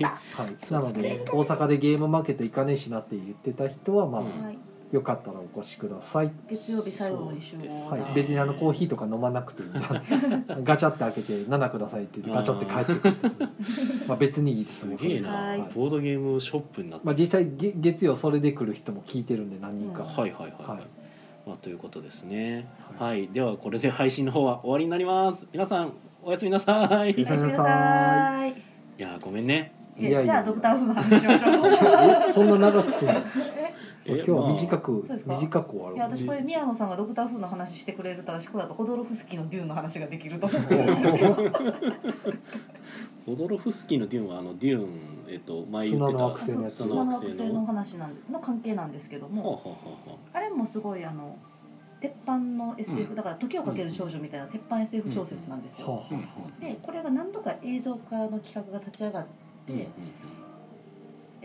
[SPEAKER 2] なので大阪でゲームマーケット行かねえしなって言ってた人はまあよかったらお越しください。
[SPEAKER 3] 月曜日最後の一週
[SPEAKER 2] 間。別にコーヒーとか飲まなくていい。ガチャって開けて7くださいって言ってガチャって帰ってくる。まあ別にいいです。
[SPEAKER 1] すげえな。ボードゲームショップになって。
[SPEAKER 2] まあ実際月曜それで来る人も聞いてるんで何人か。
[SPEAKER 1] ということですね。はい、ではこれで配信の方は終わりになります。皆さんおやすみなさい。
[SPEAKER 2] おやすみなさい。
[SPEAKER 1] いやごめんね。
[SPEAKER 3] じゃあドクターフーの話しましょう。
[SPEAKER 2] そんな長くするの？今日は短く終わる。
[SPEAKER 3] いや私これ宮野さんがドクターフーの話してくれる正しくだとホドロフスキーのデューンの話ができると思う。
[SPEAKER 1] ホドロフスキーのデューンはデューン前言ってた
[SPEAKER 3] 砂の惑星の話の関係なんですけども、あれもすごい鉄板の SF、だから時をかける少女みたいな鉄板 SF 小説なんですよ。でこれが何度か映像化の企画が立ち上がって、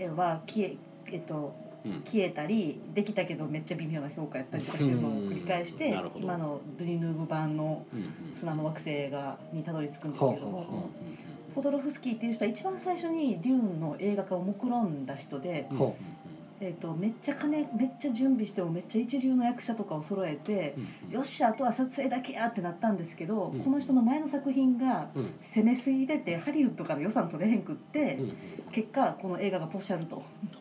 [SPEAKER 3] は消えたりできたけどめっちゃ微妙な評価やったりとかしてるのを繰り返して、今のドゥニヌーブ版の砂の惑星にたどり着くんですけども、ホドロフスキーっていう人は一番最初にデューンの映画化を目論んだ人で、めっちゃ準備してもめっちゃ一流の役者とかを揃えて、よっしゃあとは撮影だけやってなったんですけど、この人の前の作品が攻めすぎててハリウッドから予算取れへんくって、結果この映画がポシャると。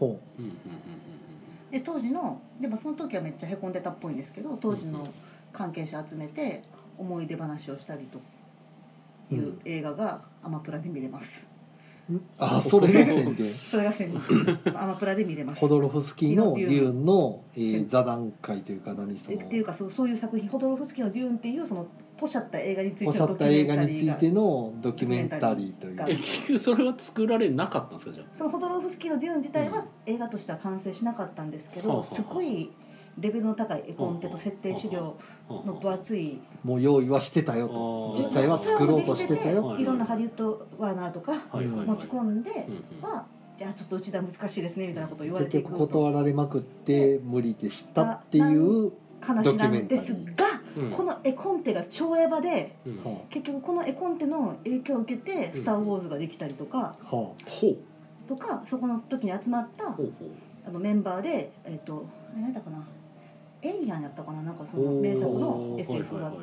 [SPEAKER 3] で当時のでもその時はめっちゃへこんでたっぽいんですけど、当時の関係者集めて思い出話をしたりという映画がアマプラで見れます。
[SPEAKER 2] それが宣伝。
[SPEAKER 3] それが宣伝。アマプラで見れます。
[SPEAKER 2] ホドロフスキーのデューンの座談会というか何その
[SPEAKER 3] っていうかそういう作品、ホドロフスキーのデューンっていうそのポシャった映画についての
[SPEAKER 2] ドキュメンタリーというか。
[SPEAKER 1] 結局それは作られなかったんですか？じゃあ
[SPEAKER 3] そのホドロフスキーのデューン自体は映画としては完成しなかったんですけど、すごいレベルの高い絵コンテと設定資料の分厚い、
[SPEAKER 2] もう用意はしてたよと、実際は作ろうとしてたよ、
[SPEAKER 3] いろんなハリウッドワーナーとか持ち込んでは、じゃあちょっとうちでは難しいですねみたいなことを言われていくと、
[SPEAKER 2] 結局断られまくって無理でしたっていう
[SPEAKER 3] 話なんですが、この絵コンテが超ヤバで、結局この絵コンテの影響を受けて「スター・ウォーズ」ができたりとか、とかそこの時に集まったメンバーで何だかな、エイリアンやったかな、なんかその名作の SF があって、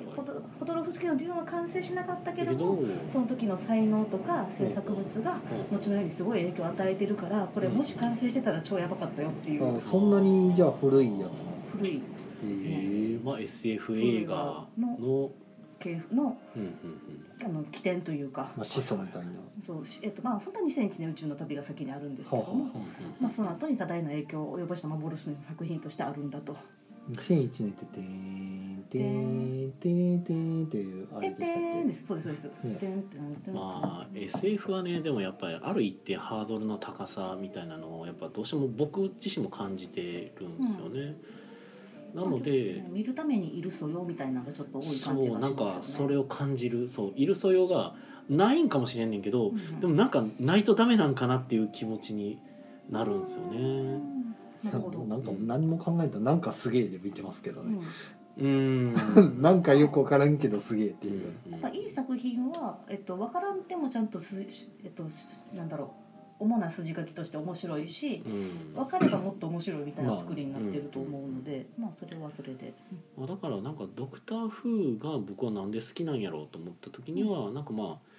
[SPEAKER 3] ホドロフスキーのデューンは完成しなかったけども、その時の才能とか制作物が後のようにすごい影響を与えてるから、これもし完成してたら超ヤバかったよっていう。
[SPEAKER 2] そんなにじゃあ古いやつなんですか？
[SPEAKER 3] 古いですね。
[SPEAKER 1] SF 映画の
[SPEAKER 3] 系の起点というか、
[SPEAKER 2] 始祖みたいな。
[SPEAKER 3] そう、本当は2001年宇宙の旅が先にあるんですけども、その後に多大な影響を及ぼした幻の作品としてあるんだと。
[SPEAKER 2] 2001年っててんてんてんてんっていうあれでしたっけ？
[SPEAKER 3] そうですそうです。
[SPEAKER 1] SF はね、でもやっぱりある一定ハードルの高さみたいなのをやっぱどうしても僕自身も感じてるんですよね。なので
[SPEAKER 3] 見るためにいる素養みたいなのがちょっと多い感じがしますよね。
[SPEAKER 1] なんかそれを感じる、いる素養がないんかもしれんねんけど、でもなんかないとダメなんかなっていう気持ちになるんですよね。
[SPEAKER 3] なるほど。
[SPEAKER 2] なんか何も考えたらなんかすげえで見てますけどね。なんかよく分からんけどすげえっていう。
[SPEAKER 3] やっぱいい作品は分からんでもちゃんとなんだろう。主な筋書きとして面白いし、分かればもっと面白いみたいな作りになってると思うので、それはそれで、
[SPEAKER 1] だからなんかドクター・フーが僕はなんで好きなんやろうと思った時には、なんか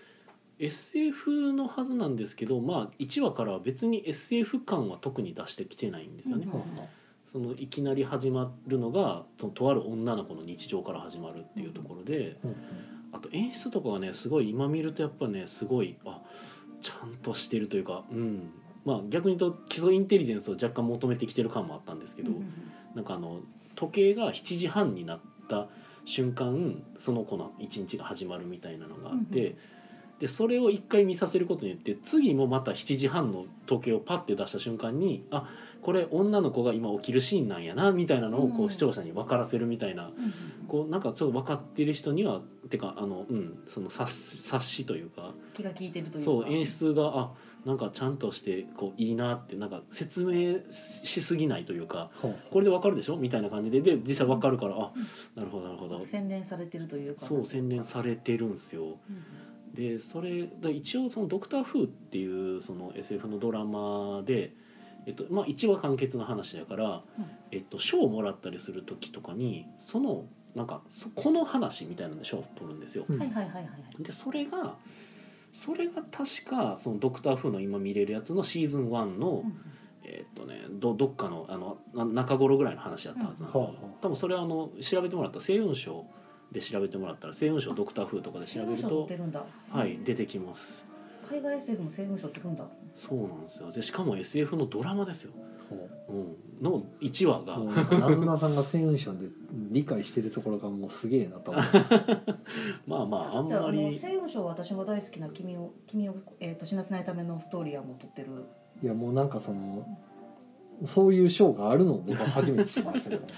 [SPEAKER 1] SF のはずなんですけど、1話からは別に SF 感は特に出してきてないんですよね。そのいきなり始まるのがとある女の子の日常から始まるっていうところで、あと演出とかがねすごい今見るとやっぱねすごいちゃんとしてるというか、逆に言うと基礎インテリジェンスを若干求めてきてる感もあったんですけど、なんか時計が7時半になった瞬間その子の一日が始まるみたいなのがあって、でそれを一回見させることによって次もまた7時半の時計をパッて出した瞬間にこれ女の子が今起きるシーンなんやなみたいなのをこう視聴者に分からせるみたいな、なんかちょっと分かってる人にはてかその察しというか
[SPEAKER 3] 気が利いてるというか、
[SPEAKER 1] そう演出がなんかちゃんとしていいなって、なんか説明しすぎないというか、これで分かるでしょみたいな感じで実際分かるからなるほどなるほど、
[SPEAKER 3] 洗練されてるというか、
[SPEAKER 1] そう洗練されてるんですよ。でそれ一応そのドクター・フーっていうその SF のドラマで、1話完結の話だから、賞をもらったりする時とかになんかこの話みたいなので賞を取るんですよ。でそれが確かそのドクター・フーの今見れるやつのシーズン1の、 どっかの中頃ぐらいの話だったはずなんですよ。多分それは調べてもらった星雲賞で調べてもらったら星雲賞ドクター風とかで調べるとはい出てきます。
[SPEAKER 3] 海外 SF も星雲賞ってくるんだ。
[SPEAKER 1] そうなんですよ。でしかも SF のドラマですよ。の1話が
[SPEAKER 2] なずなさんが星雲賞で理解してるところがもうすげえなと思
[SPEAKER 1] まああんまり
[SPEAKER 3] 星雲賞は私が大好きな君を死なせないためのストーリーはもう撮ってる。
[SPEAKER 2] いやもうなんかそういう賞があるのを僕は初めて知りましたけど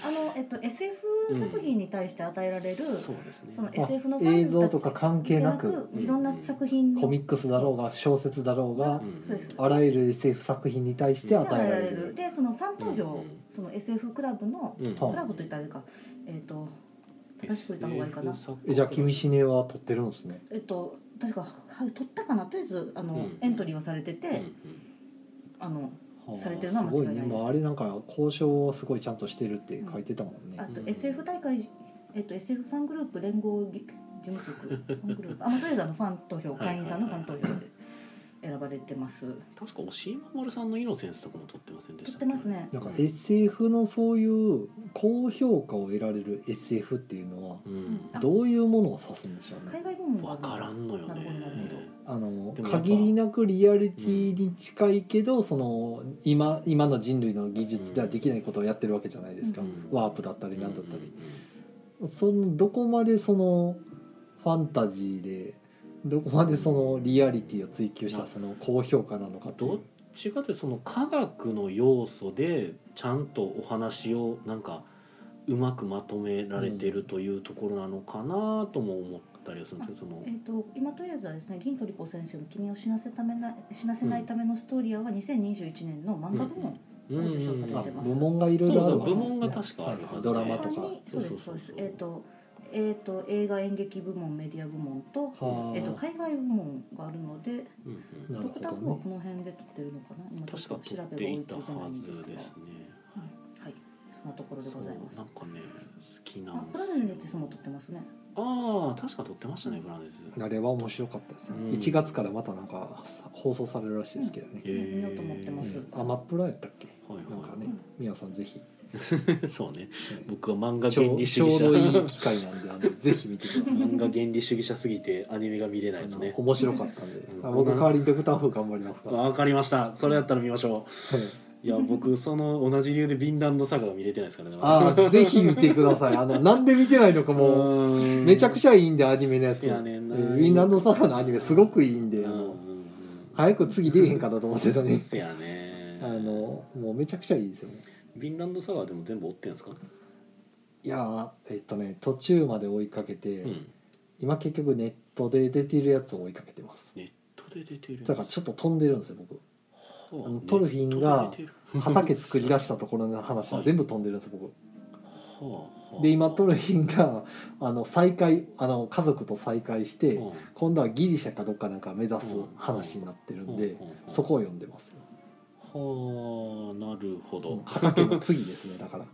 [SPEAKER 3] SF 作品に対して与えられる、
[SPEAKER 1] そうですね、
[SPEAKER 3] その SF のファン
[SPEAKER 2] 映像とか関係なく
[SPEAKER 3] いろんな作品
[SPEAKER 2] コミックスだろうが小説だろうが、あらゆる SF 作品に対して与えられる。
[SPEAKER 3] でそのファン投票、その SF クラブの、クラブといったらあれか、正しく言った方がいいかな。
[SPEAKER 2] じゃあ君シネは撮ってるんですね。
[SPEAKER 3] 確か撮ったかな。とりあえずエントリーはされてて、されてるのは間違いないです。すごいね。
[SPEAKER 2] あれなんか交渉をすごいちゃんとしてるって書いてたもんね。
[SPEAKER 3] あと SF 大会、SF ファングループ連合事務局ファングループとりあえずファン投票、会員さんのファン投票で選ばれてます。
[SPEAKER 1] 確か押井守さんのイノセンスとかも撮ってませんでしたっけ？
[SPEAKER 3] 撮ってますね。
[SPEAKER 2] なんか SF のそういう高評価を得られる SF っていうのはどういうものを指すんでしょうね。
[SPEAKER 3] 海外部門
[SPEAKER 1] わからんのよね。
[SPEAKER 2] 限りなくリアリティに近いけど、今の人類の技術ではできないことをやってるわけじゃないですか。ワープだったりなんだったり、どこまでファンタジーでどこまでリアリティを追求した高評価なのかと。
[SPEAKER 1] どっちかというと科学の要素でちゃんとお話をなんかうまくまとめられてるというところなのかなとも思ったりはするんですけど、
[SPEAKER 3] 今とりあえずはですね、銀鳥子先生の君を死なせないためのストーリーは2021年の漫画部門を受賞されてます。
[SPEAKER 2] 部門がいろいろあるわけですね。
[SPEAKER 1] 部門が確かあるはずで、
[SPEAKER 2] ドラマとか。
[SPEAKER 3] そうです映画演劇部門、メディア部門と、海外部門があるので、ドクターフはこの辺で撮ってるのかな。今
[SPEAKER 1] 確か撮っていたはずですね。
[SPEAKER 3] はい、そのところでございます。
[SPEAKER 1] なんかね、好きなん
[SPEAKER 3] ですよ。プラゼンレティスも撮ってますね。
[SPEAKER 1] 確か撮ってましたね、プラゼンレティス。
[SPEAKER 2] あれは面白かったですね。1月からまたなんか放送されるらしいですけどね。
[SPEAKER 3] 見ようと思ってます。
[SPEAKER 2] アマプラやったっけ？なんかね、皆さんぜひ。
[SPEAKER 1] そうね、僕は漫画原理主義者、
[SPEAKER 2] ちょうどいい機会なんでぜひ見てください。
[SPEAKER 1] 漫画原理主義者すぎてアニメが見れないですね。
[SPEAKER 2] 面白かったんで、僕代わりにドクター風頑張りますから。
[SPEAKER 1] わかりました。それやったら見ましょう。いや僕同じ理由でヴィンランドサガが見れてないですから
[SPEAKER 2] ね。ぜひ見てください。なんで見てないのかもめちゃくちゃいいんで、アニメのやつ。ヴィンランドサガのアニメすごくいいんで、早く次出えへんかったと思ってたね。
[SPEAKER 1] せやね。
[SPEAKER 2] もうめちゃくちゃいいですよね。
[SPEAKER 1] ヴィンランドサガでも全部追ってんですか？
[SPEAKER 2] いや途中まで追いかけて、今結局ネットで出てるやつを追いかけてます。
[SPEAKER 1] ネットで出てる。
[SPEAKER 2] だからちょっと飛んでるんですよ僕。トルフィンが畑作り出したところの話全部飛んでるんです僕。で今トルフィンが再会家族と再会して、今度はギリシャかどっかなんか目指す話になってるんで、そこを読んでます。
[SPEAKER 1] はあ、なるほど。
[SPEAKER 2] 畑の次ですね、だから。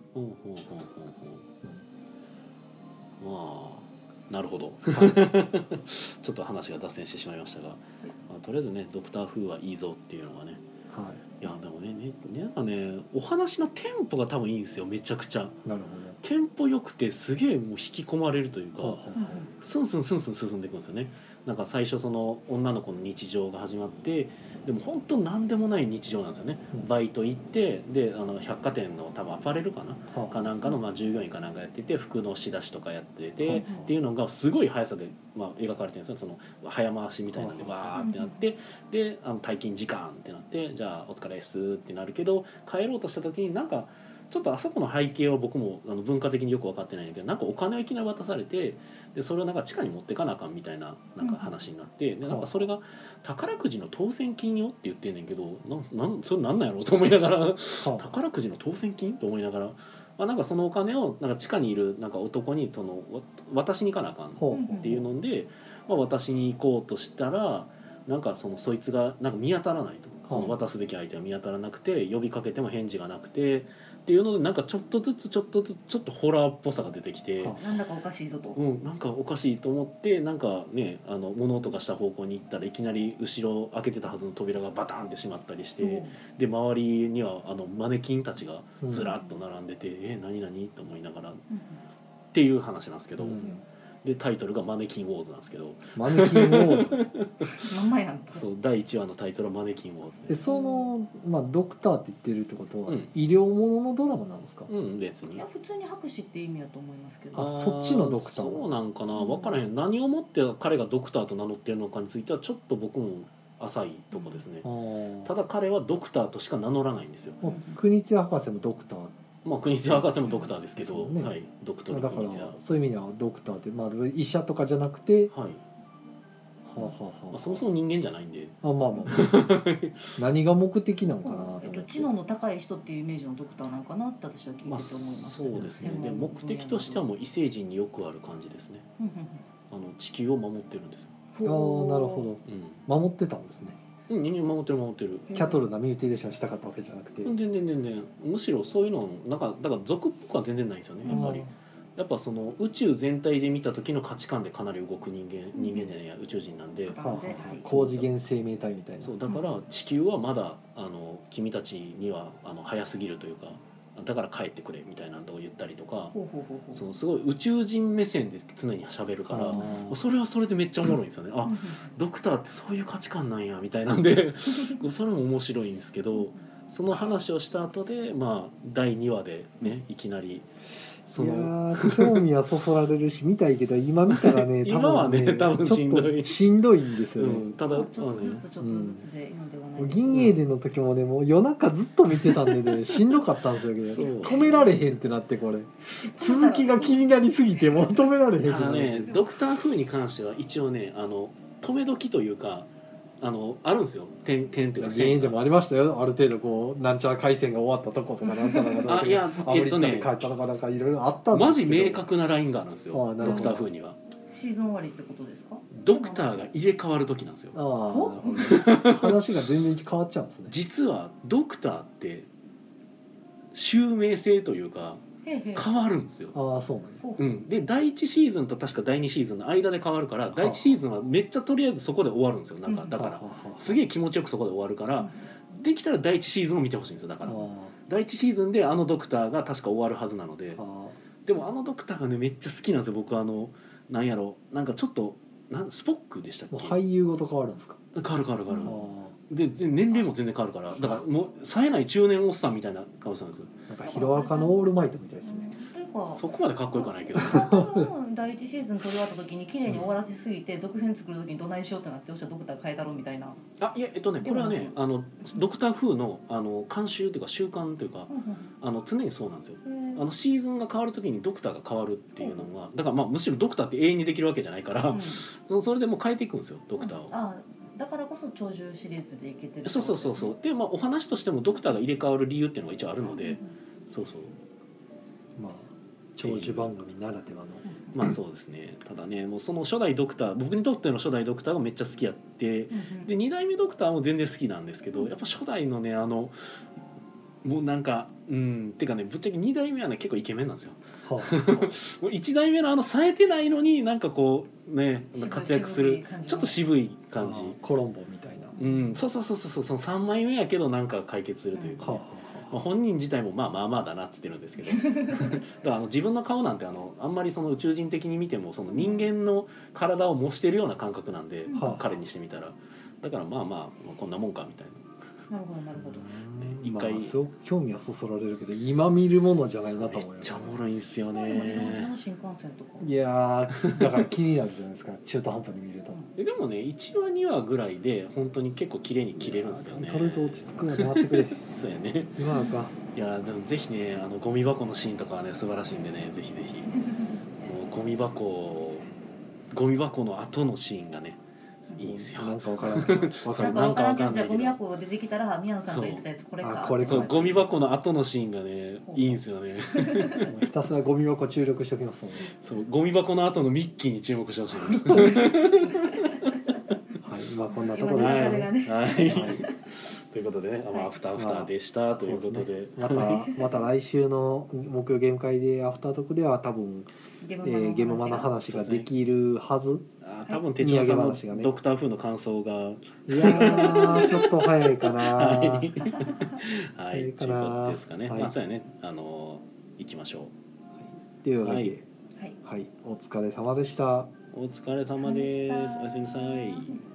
[SPEAKER 1] まあなるほど。ちょっと話が脱線してしまいましたが、とりあえずね、ドクター風はいいぞっていうのがね。いやでもなんかね、お話のテンポが多分いいんですよ、めちゃくちゃ。
[SPEAKER 2] なるほど。
[SPEAKER 1] テンポ良くてすげえもう引き込まれるというか、スンスン進んでいくんですよね。なんか最初女の子の日常が始まって、でも本当何でもない日常なんですよね。バイト行ってで百貨店の多分アパレルかなんかの従業員かなんかやってて、服の仕出しとかやっててっていうのがすごい速さで描かれてるんですよ。早回しみたいなんでわーってなって、で退勤時間ってなって、じゃあお疲れですってなるけど、帰ろうとした時になんかちょっとあそこの背景は僕も文化的によく分かってないんだけど、なんかお金をいきなり渡されて、でそれをなんか地下に持ってかなあかんみたいななんか話になって、でなんかそれが宝くじの当選金よって言ってんねんけど、それなんなんやろうと思いながら宝くじの当選金と思いながら、なんかそのお金をなんか地下にいるなんか男に渡しに行かなあかんっていうので、渡しに行こうとしたら、 なんかそいつがなんか見当たらないと、その渡すべき相手が見当たらなくて呼びかけても返事がなくてっていうのでなんかちょっとずつちょっとホラーっぽさが出てきて、
[SPEAKER 3] なんだかおかしいぞと、
[SPEAKER 1] なんかおかしいと思ってなんかね物音がした方向に行ったらいきなり後ろ開けてたはずの扉がバタンって閉まったりして、で周りにはマネキンたちがずらっと並んでて、何々と思いながら、っていう話なんですけど。でタイトルがマネキンウォーズなんですけど、
[SPEAKER 2] マネキンウォーズ
[SPEAKER 3] まんまやん。
[SPEAKER 1] そう第1話のタイトルはマネキンウォーズで、
[SPEAKER 2] その、ドクターって言ってるってことは、医療もののドラマなんですか？
[SPEAKER 1] 別に
[SPEAKER 3] 普通に博士って意味だと思いますけど。
[SPEAKER 2] そっちのドクター
[SPEAKER 1] そうなんかな、分からへん。何をもって彼がドクターと名乗ってるのかについてはちょっと僕も浅いとこですね。ただ彼はドクターとしか名乗らないんですよ。
[SPEAKER 2] 国津博士もドクター、
[SPEAKER 1] 国津博士もドクターですけど、はい、ドクトル
[SPEAKER 2] だからそういう意味ではドクターって、医者とかじゃなくて、はい、
[SPEAKER 1] そもそも人間じゃないんで、
[SPEAKER 2] 何が目的なのかなと思って、
[SPEAKER 3] 知能の高い人っていうイメージのドクターなんかなって私は聞いてて思います。
[SPEAKER 1] そうですね。で目的としてはもう異星人によくある感じですね。地球を守ってるんですよ。
[SPEAKER 2] なるほど、守ってたんですね。
[SPEAKER 1] 人間守ってる。
[SPEAKER 2] キャトルなミューティレーションしたかったわけじゃなくて、
[SPEAKER 1] 全然むしろそういうのなんかだから俗っぽくは全然ないんですよね。やっぱその宇宙全体で見た時の価値観でかなり動く人間じゃないや宇宙人なんで、
[SPEAKER 2] 高次元生命体みたいな。
[SPEAKER 1] そうだから地球はまだ君たちには早すぎるというか、だから帰ってくれみたいなのを言ったりとか、そのすごい宇宙人目線で常に喋るから、それはそれでめっちゃおもろいんですよね。あ、ドクターってそういう価値観なんやみたいなんでそれも面白いんですけど、その話をした後で第2話でねいきなり
[SPEAKER 2] いや興味はそそられるし見たいけど、今見たらね
[SPEAKER 1] 今はね多分しんどい
[SPEAKER 2] んですよね。
[SPEAKER 1] ただ
[SPEAKER 3] ちょっとずつでいいのではない。
[SPEAKER 2] 銀英伝の時もね、もう夜中ずっと見てたんでねしんどかったんですよけど、止められへんってなって、これ続きが気になりすぎてもう止められへんってなって。
[SPEAKER 1] ただねドクター風に関しては一応ね止め時というかあるんですよ。点っていうか
[SPEAKER 2] 線でもありましたよ。ある程度こうなんちゃら回線が終わったとことかなんか
[SPEAKER 1] あ、いや
[SPEAKER 2] アメリカで帰ったとかなんかいろいろあったん
[SPEAKER 1] ですけど、マジ明確なラインがあるんですよ。ドクター風には
[SPEAKER 3] シーズン終わりってことですか？
[SPEAKER 1] ドクターが入れ替わる時なんですよ。
[SPEAKER 2] 話が全然変わっちゃうんですね。
[SPEAKER 1] 実はドクターって襲名性というか変わるんですよ。
[SPEAKER 2] そうなん
[SPEAKER 1] で第1シーズンと確か第2シーズンの間で変わるから、第1シーズンはめっちゃとりあえずそこで終わるんですよ。なんかだからすげえ気持ちよくそこで終わるから、できたら第1シーズンを見てほしいんですよ。だから第1シーズンでドクターが確か終わるはずなので、でもドクターがねめっちゃ好きなんですよ。僕なんやろ、なんかちょっとスポックでしたっけ？
[SPEAKER 2] 俳優ごと変わるんですか？
[SPEAKER 1] 変わるで年齢も全然変わるから、だからもう冴えない中年おっさんみたいな顔してるんですよ。
[SPEAKER 2] なんかヒロアカのオールマイトみたいですね。
[SPEAKER 1] そこまでかっこよくないけど
[SPEAKER 3] 第一シーズン撮り終わった時に綺麗に終わらせすぎて続編作る時にどないしようってなって、そしたらドクター変えたろみたいな。
[SPEAKER 1] いやこれはねドクター風の慣習というか習慣というか、常にそうなんですよ。シーズンが変わる時にドクターが変わるっていうのが、だからむしろドクターって永遠にできるわけじゃないから、それでもう変えていくんですよドクターを。
[SPEAKER 3] だからこそ長寿シリーズでいけてる。
[SPEAKER 1] そうでお話としてもドクターが入れ替わる理由っていうのが一応あるので、
[SPEAKER 2] 長寿番組ならではの。
[SPEAKER 1] そうですね。ただねもうその初代ドクター、僕にとっての初代ドクターがめっちゃ好きやって、で2代目ドクターも全然好きなんですけど、やっぱ初代のねもうなんかっていうかね、ぶっちゃけ2代目はね結構イケメンなんですよ。もう1代目の冴えてないのになんかこうね活躍するちょっと渋い感じ、
[SPEAKER 2] コロンボみたいな。
[SPEAKER 1] そうその3枚目やけどなんか解決するというかね。本人自体もまあだなっつってるんですけどだから自分の顔なんてあんまりその宇宙人的に見てもその人間の体を模してるような感覚なんで、彼にしてみたらだからまあこんなもんかみたいな。
[SPEAKER 3] なるほど。
[SPEAKER 1] 一回
[SPEAKER 2] すごく興味はそそられるけど今見るものじゃないなと思うよ。
[SPEAKER 1] めっちゃおもろいんですよね。
[SPEAKER 3] 新幹線とか。
[SPEAKER 2] いやだから気になるじゃないですか中途半端に見ると。
[SPEAKER 1] でもね1話2話ぐらいで本当に結構綺麗に切れるんですけどね。
[SPEAKER 2] とりあえず落ち着くまで待ってくれ。
[SPEAKER 1] そうやね。
[SPEAKER 2] 今はか。
[SPEAKER 1] いやでもぜひねゴミ箱のシーンとかはね素晴らしいんでね、ぜひもうゴミ箱の後のシーンがねいいんですよ。
[SPEAKER 2] なんかわからん。
[SPEAKER 3] なんかわかんないけど。じゃあゴミ箱が出てきたら宮野さんが言ってたやつこれか。
[SPEAKER 1] そうゴミ箱の後のシーンがねいいんですよね。
[SPEAKER 2] ひたすらゴミ箱注力しておきますもんね。
[SPEAKER 1] そうゴミ箱の後のミッキーに注目してほしいです。
[SPEAKER 2] はい、 まあこんなところですかね。
[SPEAKER 1] はい。ということでね、アフターでしたということで、
[SPEAKER 2] また来週の木曜ゲーム会でアフタートークでは多分ゲームマの話ができるはず。
[SPEAKER 1] 多分手帳さんのドクター風の感想が
[SPEAKER 2] いやちょっと早いかな。
[SPEAKER 1] はい、ということですかね。まあそうやね、行きましょ
[SPEAKER 2] う。というわけで、はい、お疲れ様でした。
[SPEAKER 1] お疲れ様です。おやすみなさい。